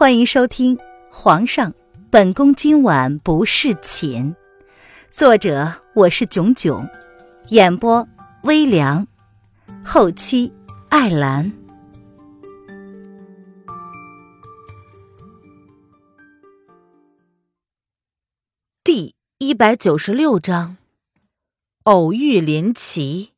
欢迎收听《皇上，本宫今晚不侍寝》，作者我是囧囧，演播微凉，后期艾兰。第196章，偶遇林奇。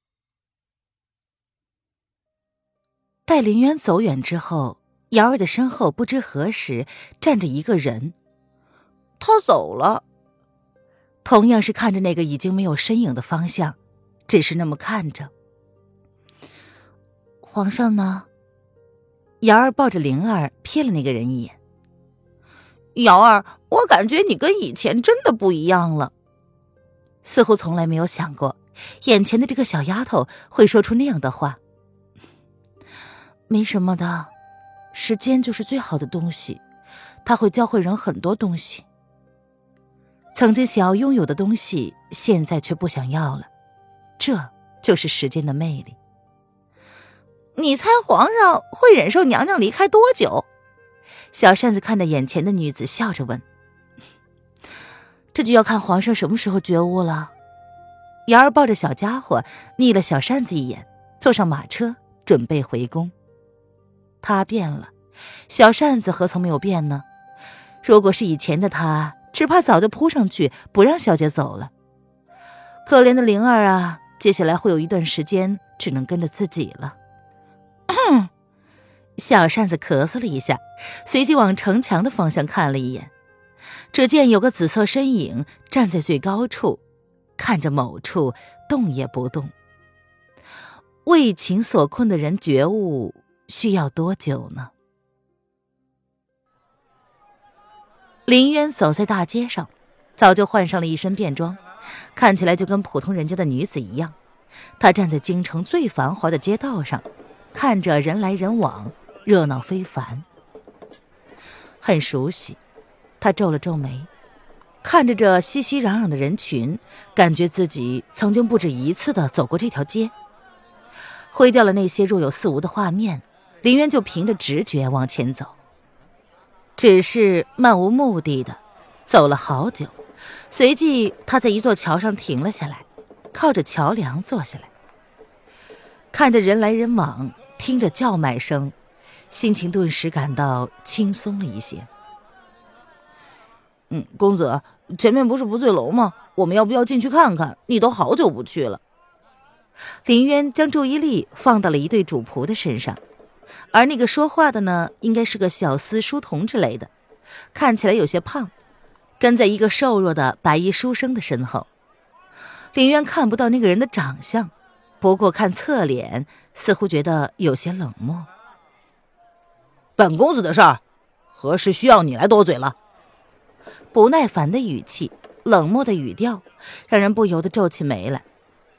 待林渊走远之后，瑶儿的身后不知何时站着一个人。他走了。同样是看着那个已经没有身影的方向，只是那么看着。皇上呢？瑶儿抱着灵儿瞥了那个人一眼。瑶儿，我感觉你跟以前真的不一样了。似乎从来没有想过眼前的这个小丫头会说出那样的话。没什么的，时间就是最好的东西，它会教会人很多东西。曾经想要拥有的东西，现在却不想要了，这就是时间的魅力。你猜皇上会忍受娘娘离开多久？小扇子看着眼前的女子，笑着问。这就要看皇上什么时候觉悟了。瑶儿抱着小家伙睨了小扇子一眼，坐上马车准备回宫。他变了，小扇子何曾没有变呢？如果是以前的他，只怕早就扑上去不让小姐走了。可怜的灵儿啊，接下来会有一段时间只能跟着自己了。小扇子咳嗽了一下，随即往城墙的方向看了一眼，只见有个紫色身影站在最高处，看着某处动也不动。为情所困的人觉悟需要多久呢？林渊走在大街上，早就换上了一身便装，看起来就跟普通人家的女子一样。他站在京城最繁华的街道上，看着人来人往，热闹非凡。很熟悉，他皱了皱眉，看着这熙熙攘攘的人群，感觉自己曾经不止一次地走过这条街。挥掉了那些若有似无的画面，林渊就凭着直觉往前走，只是漫无目的的走了好久。随即他在一座桥上停了下来，靠着桥梁坐下来，看着人来人往，听着叫卖声，心情顿时感到轻松了一些。公子，前面不是不醉楼吗？我们要不要进去看看？你都好久不去了。林渊将注意力放到了一对主仆的身上，而那个说话的呢，应该是个小厮书童之类的，看起来有些胖，跟在一个瘦弱的白衣书生的身后。林渊看不到那个人的长相，不过看侧脸，似乎觉得有些冷漠。 本公子的事儿，何时需要你来多嘴了？ 不耐烦的语气，冷漠的语调，让人不由得皱起眉来。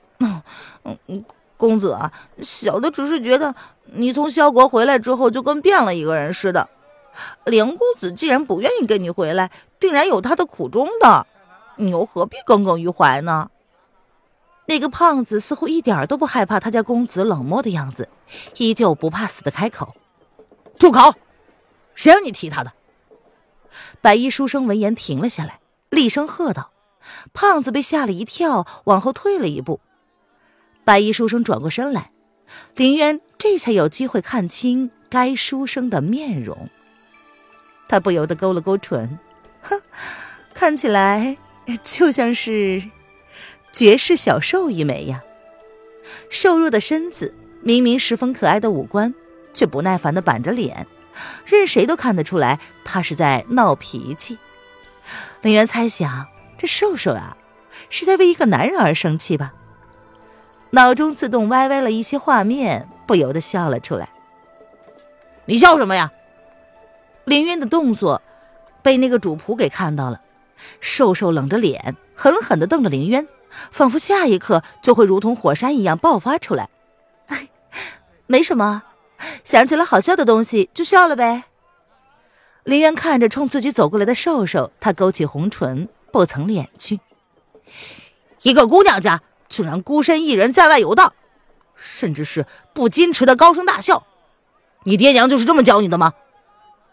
公子啊，小的只是觉得你从萧国回来之后就跟变了一个人似的。凌公子既然不愿意跟你回来，定然有他的苦衷的，你又何必耿耿于怀呢？那个胖子似乎一点都不害怕他家公子冷漠的样子，依旧不怕死的开口。 住口！谁让你提他的？ 白衣书生闻言停了下来，厉声喝道。胖子被吓了一跳，往后退了一步。白衣书生转过身来，林渊这才有机会看清该书生的面容。他不由得勾了勾唇，看起来就像是绝世小兽一枚呀。瘦弱的身子，明明十分可爱的五官，却不耐烦地板着脸，任谁都看得出来他是在闹脾气。林渊猜想，这瘦瘦啊，是在为一个男人而生气吧。脑中自动歪歪了一些画面，不由得笑了出来。 你笑什么呀？ 林渊的动作被那个主仆给看到了，瘦瘦冷着脸，狠狠地瞪着林渊，仿佛下一刻就会如同火山一样爆发出来。没什么，想起了好笑的东西就笑了呗。林渊看着冲自己走过来的瘦瘦，他勾起红唇，不曾敛去。 一个姑娘家居然孤身一人在外游荡，甚至是不矜持的高声大笑，你爹娘就是这么教你的吗？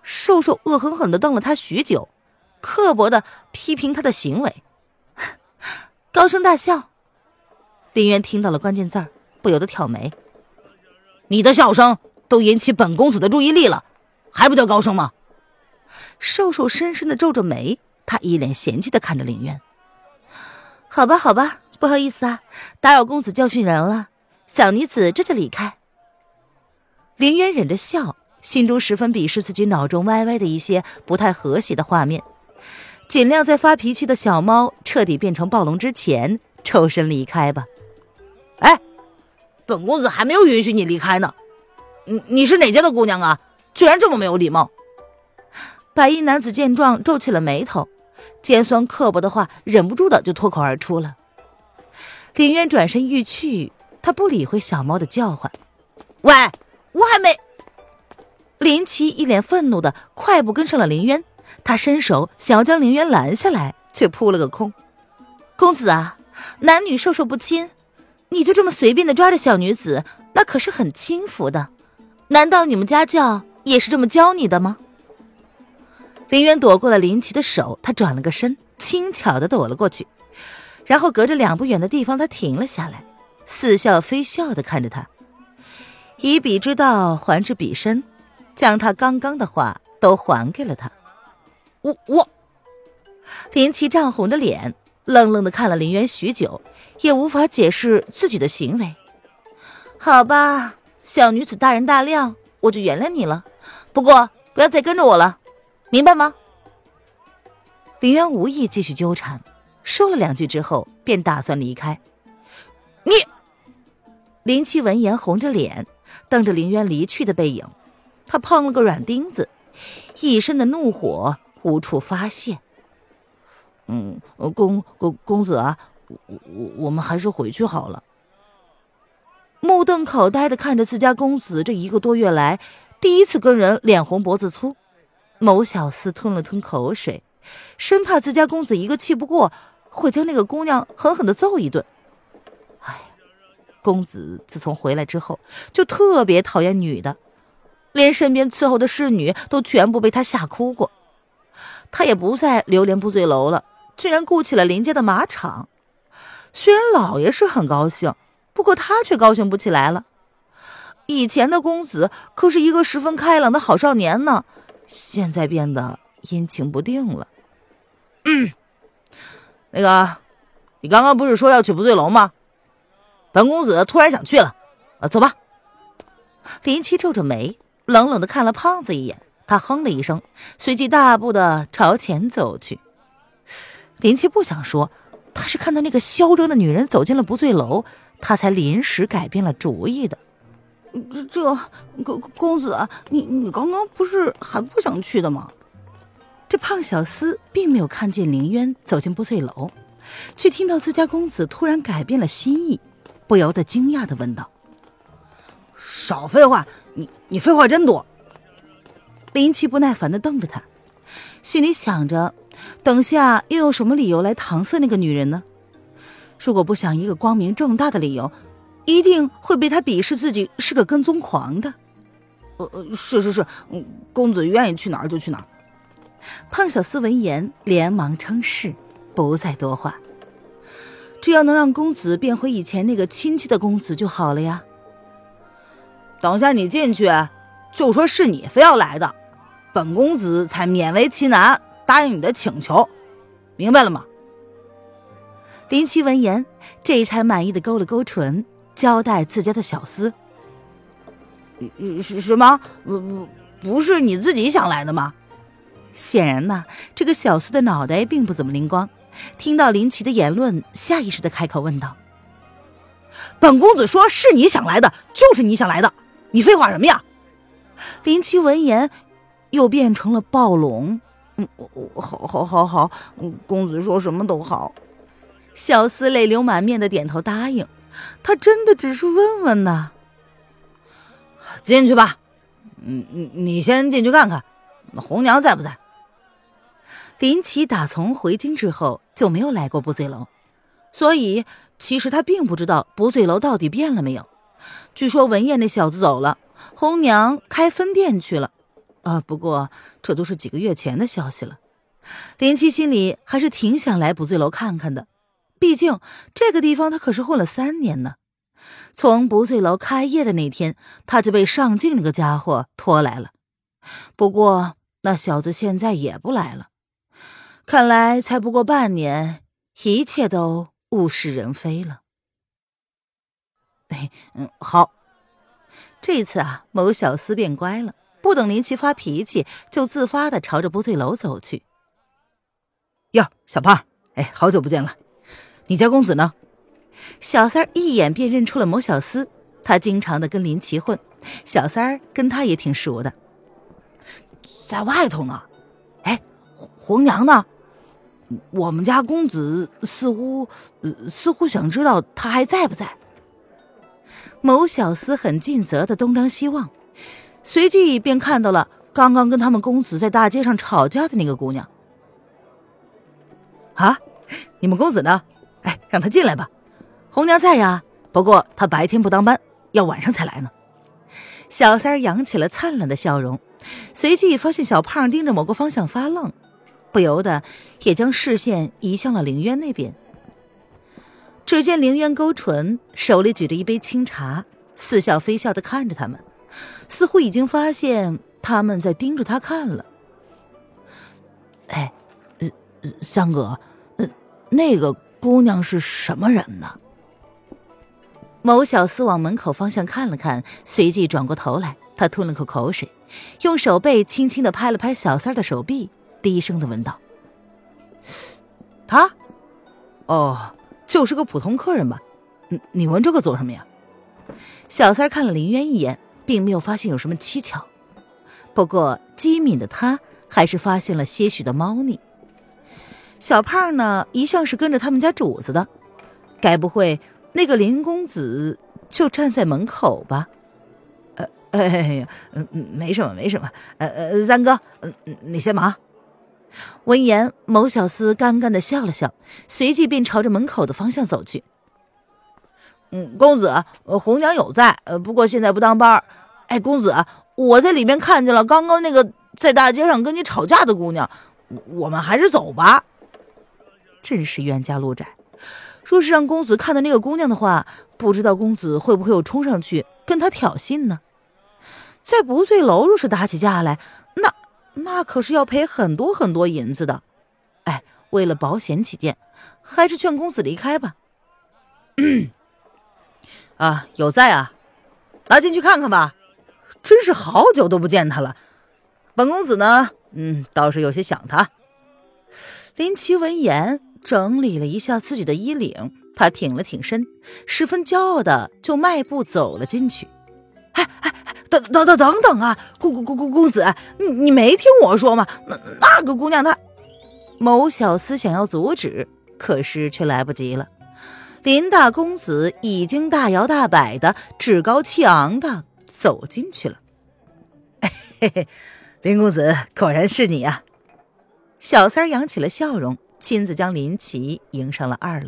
瘦瘦恶狠狠地瞪了他许久，刻薄地批评他的行为。高声大笑。林渊听到了关键字儿，不由得挑眉： 你的笑声都引起本公子的注意力了，还不叫高声吗？ 瘦瘦深深地皱着眉，他一脸嫌弃地看着林渊。好吧好吧，不好意思啊，打扰公子教训人了。小女子这就离开。林渊忍着笑，心中十分鄙视自己脑中歪歪的一些不太和谐的画面，尽量在发脾气的小猫彻底变成暴龙之前抽身离开吧。 哎，本公子还没有允许你离开呢。你是哪家的姑娘啊？居然这么没有礼貌！ 白衣男子见状皱起了眉头，尖酸刻薄的话忍不住的就脱口而出了。林渊转身欲去，他不理会小猫的叫唤。 喂，我还没…… 林奇一脸愤怒的快步跟上了林渊，他伸手想要将林渊拦下来，却扑了个空。公子啊，男女授受不亲，你就这么随便的抓着小女子，那可是很轻浮的。难道你们家教也是这么教你的吗？林渊躲过了林奇的手，他转了个身，轻巧地躲了过去，然后隔着2步远的地方，他停了下来，似笑非笑地看着他，以彼之道还治彼身，将他刚刚的话都还给了他。 我林奇涨红着脸，愣愣地看了林渊许久，也无法解释自己的行为。好吧，小女子大人大量，我就原谅你了，不过不要再跟着我了，明白吗？林渊无意继续纠缠，说了2句之后便打算离开。 你…… 林奇闻言红着脸瞪着林渊离去的背影，他碰了个软钉子，一身的怒火无处发泄。 公子啊，我们还是回去好了。 目瞪口呆地看着自家公子这1个多月来第一次跟人脸红脖子粗，某小厮吞了吞口水，生怕自家公子一个气不过会将那个姑娘狠狠地揍一顿。公子自从回来之后就特别讨厌女的，连身边伺候的侍女都全部被他吓哭过。他也不再流连不醉楼了，居然雇起了邻家的马场。虽然老爷是很高兴，不过他却高兴不起来了。以前的公子可是一个十分开朗的好少年呢，现在变得阴晴不定了。 那个，你刚刚不是说要去不醉楼吗？本公子突然想去了，走吧。 林奇皱着眉，冷冷地看了胖子一眼，他哼了一声，随即大步地朝前走去。林奇不想说，他是看到那个嚣张的女人走进了不醉楼，他才临时改变了主意的。 公子，你刚刚不是还不想去的吗？ 这胖小厮并没有看见林渊走进不醉楼，却听到自家公子突然改变了心意，不由得惊讶地问道： 少废话，你废话真多。 林奇不耐烦地瞪着他，心里想着等下又有什么理由来搪塞那个女人呢？如果不想一个光明正大的理由，一定会被他鄙视自己是个跟踪狂的。 是，公子愿意去哪儿就去哪儿。 胖小厮闻言连忙称是，不再多话。只要能让公子变回以前那个亲切的公子就好了呀。 等下你进去就说是你非要来的，本公子才勉为其难答应你的请求，明白了吗？ 林奇闻言这才满意的勾了勾唇，交代自家的小厮： 什么？不是你自己想来的吗？ 显然呢，这个小厮的脑袋并不怎么灵光，听到林奇的言论，下意识的开口问道： 本公子说是你想来的，就是你想来的，你废话什么呀？ 林奇闻言又变成了暴龙。 好，公子说什么都好。 小厮泪流满面的点头答应，他真的只是问问呢。 进去吧，你先进去看看红娘在不在。 林奇打从回京之后就没有来过不醉楼，所以其实他并不知道不醉楼到底变了没有。据说文彦那小子走了，红娘开分店去了， 不过这都是几个月前的消息了。林七心里还是挺想来不醉楼看看的，毕竟这个地方他可是混了3年呢。从不醉楼开业的那天，他就被上镜那个家伙拖来了。不过那小子现在也不来了，看来才不过半年，一切都物是人非了。好。这次啊，某小厮变乖了，不等林奇发脾气，就自发地朝着不醉楼走去。 哟，小胖，好久不见了，你家公子呢？ 小三儿一眼便认出了某小厮，他经常的跟林奇混，小三儿跟他也挺熟的。 在外头呢。红娘呢？我们家公子似乎想知道他还在不在。 某小厮很尽责的东张西望，随即便看到了刚刚跟他们公子在大街上吵架的那个姑娘。 啊，你们公子呢？让他进来吧。红娘在呀，不过他白天不当班，要晚上才来呢。 小三儿扬起了灿烂的笑容，随即发现小胖盯着某个方向发愣，不由得也将视线移向了凌渊那边。只见凌渊勾唇，手里举着一杯清茶，似笑非笑地看着他们，似乎已经发现他们在盯着他看了。 三哥，那个姑娘是什么人呢？ 某小厮往门口方向看了看，随即转过头来，他吞了口口水，用手背轻轻地拍了拍小三的手臂，低声地问道： 他？哦，就是个普通客人吧？你问这个做什么呀？ 小三看了林渊一眼，并没有发现有什么蹊跷，不过机敏的他还是发现了些许的猫腻。小胖呢，一向是跟着他们家主子的，该不会那个林公子就站在门口吧？ 没什么。三哥，你先忙。 闻言，某小厮干干的笑了笑，随即便朝着门口的方向走去。 公子，红娘有在，不过现在不当班。公子，我在里面看见了刚刚那个在大街上跟你吵架的姑娘，我们还是走吧。 真是冤家路窄，若是让公子看到那个姑娘的话，不知道公子会不会又冲上去跟她挑衅呢？在不醉楼若是打起架来，那可是要赔很多很多银子的。为了保险起见，还是劝公子离开吧。 有在啊，拿进去看看吧。真是好久都不见他了。本公子呢，倒是有些想他。 林奇闻言，整理了一下自己的衣领，他挺了挺身，十分骄傲的就迈步走了进去。 等等啊，公子，你没听我说吗？那个姑娘她…… 某小厮想要阻止，可是却来不及了。林大公子已经大摇大摆的、趾高气昂的走进去了。 林公子，果然是你啊！ 小三扬起了笑容，亲自将林奇迎上了2楼。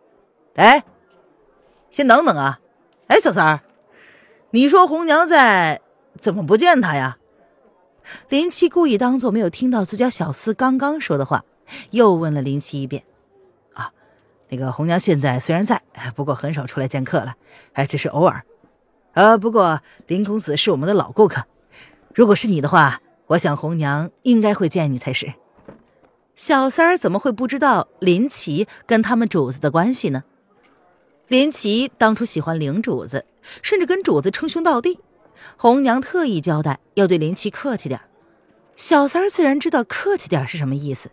先等等啊！小三儿，你说红娘在，怎么不见她呀？ 林奇故意当作没有听到自家小厮刚刚说的话，又问了林奇一遍。 那个红娘现在虽然在，不过很少出来见客了，只是偶尔。不过林公子是我们的老顾客，如果是你的话，我想红娘应该会见你才是。 小三儿怎么会不知道林奇跟他们主子的关系呢？林奇当初喜欢林主子，甚至跟主子称兄道弟，红娘特意交代要对林奇客气点，小三儿自然知道客气点是什么意思。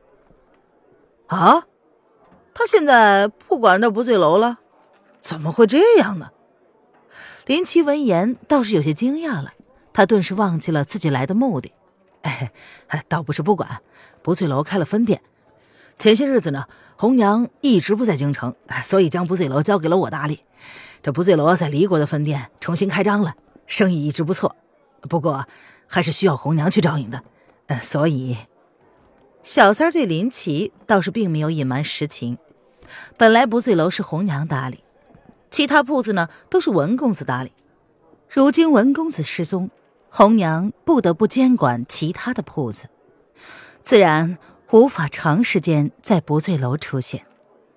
他现在不管这不醉楼了，怎么会这样呢？ 林奇闻言倒是有些惊讶了，他顿时忘记了自己来的目的。 倒不是不管，不醉楼开了分店，前些日子呢，红娘一直不在京城，所以将不醉楼交给了我打理。这不醉楼在离国的分店重新开张了，生意一直不错，不过还是需要红娘去照应的，所以小三对林奇倒是并没有隐瞒实情。本来不醉楼是红娘打理，其他铺子呢都是文公子打理。如今文公子失踪， 红娘不得不监管其他的铺子，自然无法长时间在不醉楼出现。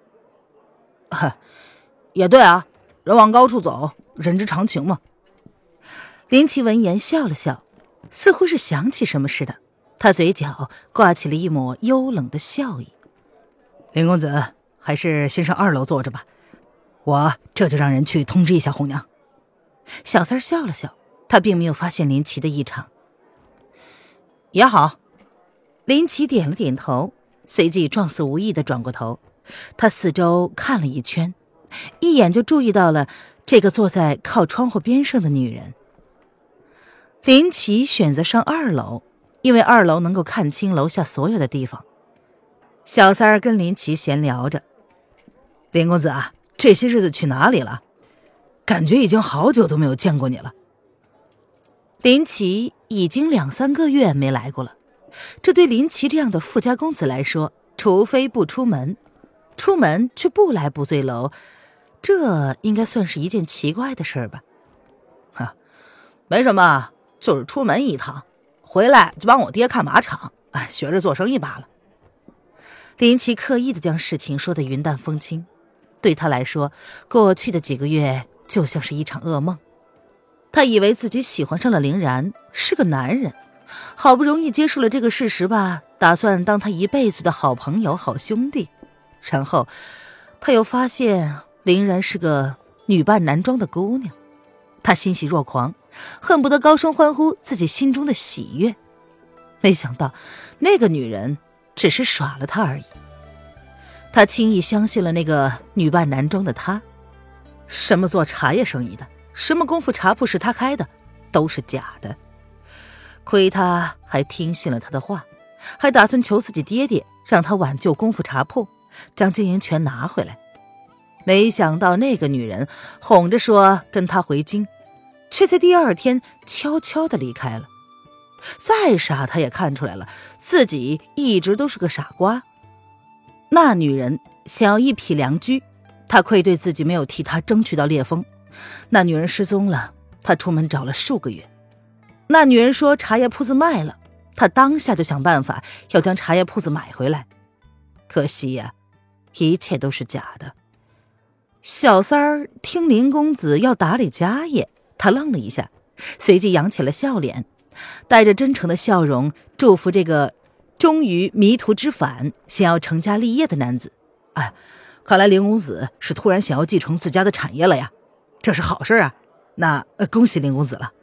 也对啊，人往高处走，人之常情嘛。 林奇闻言笑了笑，似乎是想起什么似的，他嘴角挂起了一抹幽冷的笑意。 林公子，还是先上2楼坐着吧，我这就让人去通知一下红娘。 小三笑了笑，他并没有发现林奇的异常。 也好。 林奇点了点头，随即状似无意地转过头，他四周看了一圈，一眼就注意到了这个坐在靠窗户边上的女人。林奇选择上2楼，因为2楼能够看清楼下所有的地方。小三儿跟林奇闲聊着：“ 林公子啊，这些日子去哪里了？感觉已经好久都没有见过你了。” 林奇已经2、3个月没来过了，这对林奇这样的富家公子来说，除非不出门，出门却不来不醉楼，这应该算是一件奇怪的事吧。 没什么，就是出门一趟，回来就帮我爹看马场，学着做生意罢了。 林奇刻意的将事情说得云淡风轻，对他来说，过去的几个月就像是一场噩梦。他以为自己喜欢上了凌然，是个男人，好不容易接受了这个事实吧，打算当他一辈子的好朋友、好兄弟。然后他又发现凌然是个女扮男装的姑娘，他欣喜若狂，恨不得高声欢呼自己心中的喜悦。没想到那个女人只是耍了他而已。他轻易相信了那个女扮男装的他，什么做茶叶生意的，什么功夫茶铺是他开的，都是假的。亏他还听信了他的话，还打算求自己爹爹让他挽救功夫茶铺，将经营权拿回来。没想到那个女人哄着说跟他回京，却在第2天悄悄地离开了。再傻他也看出来了，自己一直都是个傻瓜。那女人想要一匹良驹，他愧对自己没有替她争取到烈风。那女人失踪了，他出门找了数个月。那女人说茶叶铺子卖了，他当下就想办法要将茶叶铺子买回来。可惜呀，一切都是假的。小三儿听林公子要打理家业，他愣了一下，随即扬起了笑脸，带着真诚的笑容祝福这个终于迷途知返，想要成家立业的男子。 看来林公子是突然想要继承自家的产业了呀，这是好事啊，那恭喜林公子了。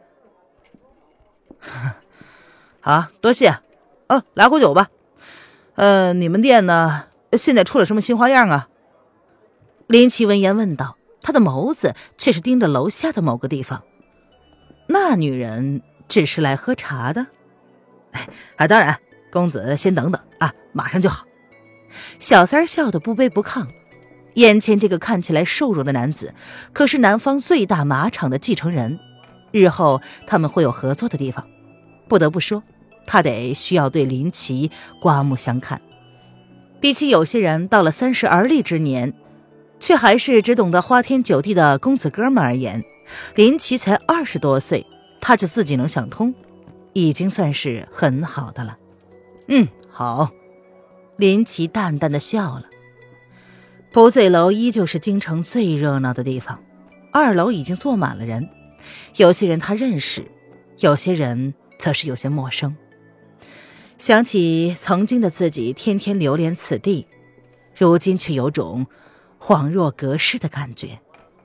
好，多谢。来壶酒吧。你们店呢，现在出了什么新花样啊？ 林奇闻言问道，他的眸子却是盯着楼下的某个地方。那女人只是来喝茶的？ 当然，公子先等等啊，马上就好。 小三笑得不卑不亢，眼前这个看起来瘦弱的男子，可是南方最大马场的继承人，日后他们会有合作的地方。不得不说，他得需要对林奇刮目相看。比起有些人到了30而立之年，却还是只懂得花天酒地的公子哥们而言，林奇才20多岁，他就自己能想通，已经算是很好的了。 好。 林奇淡淡的笑了。不醉楼依旧是京城最热闹的地方，2楼已经坐满了人，有些人他认识，有些人则是有些陌生。想起曾经的自己天天流连此地，如今却有种恍若隔世的感觉。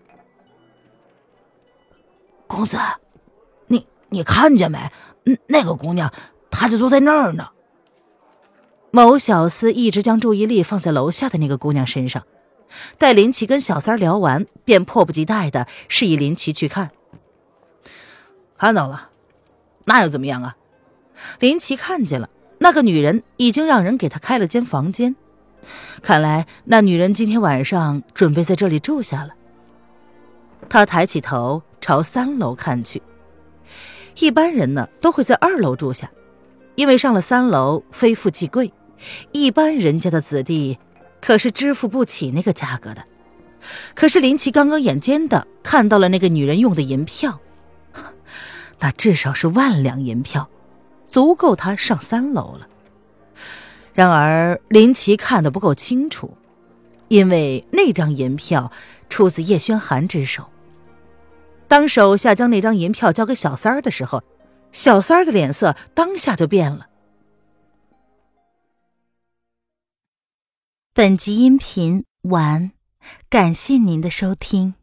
公子，你看见没？那个姑娘，她就坐在那儿呢。 某小厮一直将注意力放在楼下的那个姑娘身上，待林奇跟小三聊完，便迫不及待地示意林奇去看。 看到了，那又怎么样啊？ 林奇看见了，那个女人已经让人给她开了间房间，看来那女人今天晚上准备在这里住下了。他抬起头朝3楼看去，一般人呢都会在2楼住下，因为上了3楼非富即贵，一般人家的子弟可是支付不起那个价格的。可是林奇刚刚眼尖的看到了那个女人用的银票， 那至少是10000两银票，足够他上3楼了。然而林奇看得不够清楚，因为那张银票出自叶轩寒之手。当手下将那张银票交给小三儿的时候，小三儿的脸色当下就变了。 本集音频完，感谢您的收听。